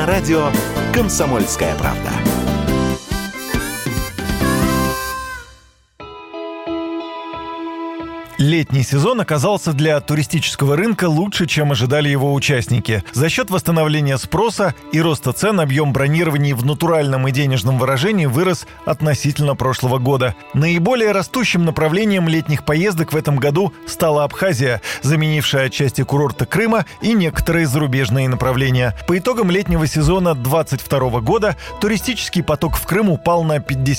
на радио «Комсомольская правда». Летний сезон оказался для туристического рынка лучше, чем ожидали его участники. За счет восстановления спроса и роста цен объем бронирований в натуральном и денежном выражении вырос относительно прошлого года. Наиболее растущим направлением летних поездок в этом году стала Абхазия, заменившая отчасти курорта Крыма и некоторые зарубежные направления. По итогам летнего сезона 2022 года туристический поток в Крым упал на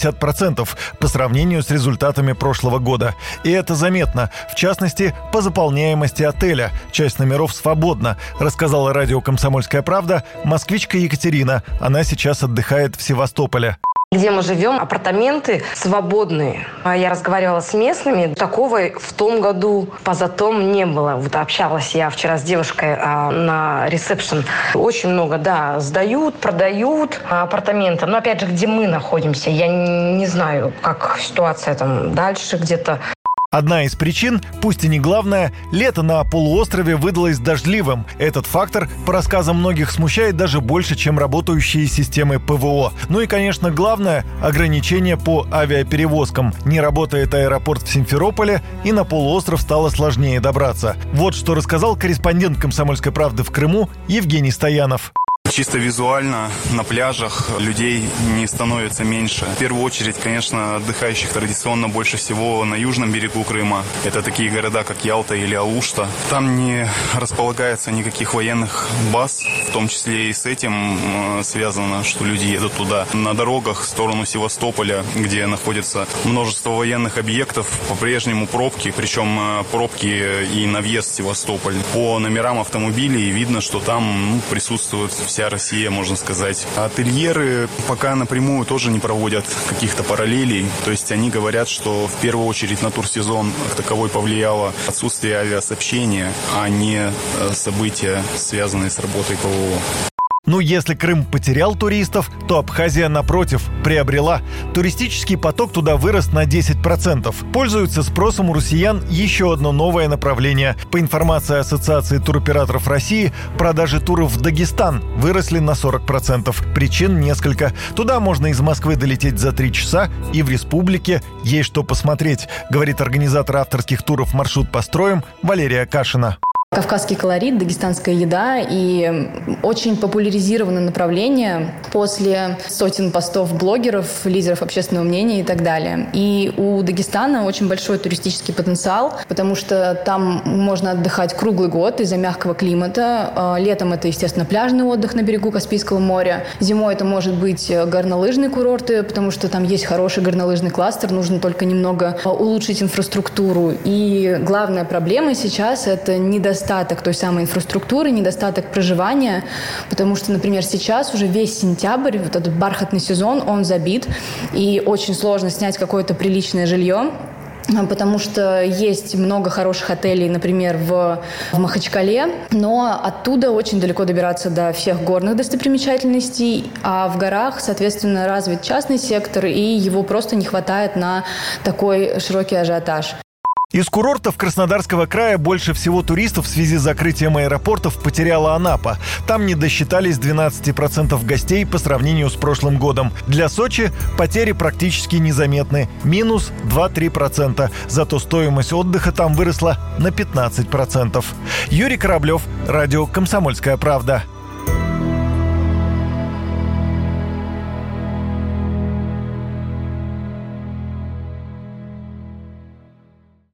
50% по сравнению с результатами прошлого года. И это заметно. В частности, по заполняемости отеля. Часть номеров свободна, рассказала радио «Комсомольская правда» москвичка Екатерина. Она сейчас отдыхает в Севастополе. Где мы живем, апартаменты свободные. Я разговаривала с местными. Такого в том году, позатом не было. Вот общалась я вчера с девушкой на ресепшн. Очень много, да, сдают, продают апартаменты. Но опять же, где мы находимся, я не знаю, как ситуация там дальше где-то. Одна из причин, пусть и не главная, лето на полуострове выдалось дождливым. Этот фактор, по рассказам многих, смущает даже больше, чем работающие системы ПВО. Ну и, конечно, главное – ограничение по авиаперевозкам. Не работает аэропорт в Симферополе, и на полуостров стало сложнее добраться. Вот что рассказал корреспондент «Комсомольской правды» в Крыму Евгений Стоянов. Чисто визуально на пляжах людей не становится меньше. В первую очередь, конечно, отдыхающих традиционно больше всего на южном берегу Крыма. Это такие города, как Ялта или Алушта. Там не располагается никаких военных баз, в том числе и с этим связано, что люди едут туда. На дорогах в сторону Севастополя, где находится множество военных объектов, по-прежнему пробки, причем пробки и на въезд в Севастополь. По номерам автомобилей видно, что там присутствует вся Россия, можно сказать. Ательеры пока напрямую тоже не проводят каких-то параллелей. То есть они говорят, что в первую очередь на турсезон как таковой повлияло отсутствие авиасообщения, а не события, связанные с работой ПВО. Ну, если Крым потерял туристов, то Абхазия, напротив, приобрела. Туристический поток туда вырос на 10%. Пользуется спросом у россиян еще одно новое направление. По информации Ассоциации туроператоров России, продажи туров в Дагестан выросли на 40%. Причин несколько. Туда можно из Москвы долететь за 3 часа, и в республике есть что посмотреть, говорит организатор авторских туров «Маршрут построим» Валерия Кашина. Кавказский колорит, дагестанская еда и очень популяризированное направление после сотен постов блогеров, лидеров общественного мнения и так далее. И у Дагестана очень большой туристический потенциал, потому что там можно отдыхать круглый год из-за мягкого климата. Летом это, естественно, пляжный отдых на берегу Каспийского моря. Зимой это может быть горнолыжные курорты, потому что там есть хороший горнолыжный кластер, нужно только немного улучшить инфраструктуру. И главная проблема сейчас – это недостаток той самой инфраструктуры, недостаток проживания, потому что, например, сейчас уже весь сентябрь, вот этот бархатный сезон, он забит, и очень сложно снять какое-то приличное жилье, потому что есть много хороших отелей, например, в Махачкале, но оттуда очень далеко добираться до всех горных достопримечательностей, а в горах, соответственно, развит частный сектор, и его просто не хватает на такой широкий ажиотаж. Из курортов Краснодарского края больше всего туристов в связи с закрытием аэропортов потеряла Анапа. Там не досчитались 12% гостей по сравнению с прошлым годом. Для Сочи потери практически незаметны – минус 2-3%. Зато стоимость отдыха там выросла на 15%. Юрий Кораблев, радио «Комсомольская правда».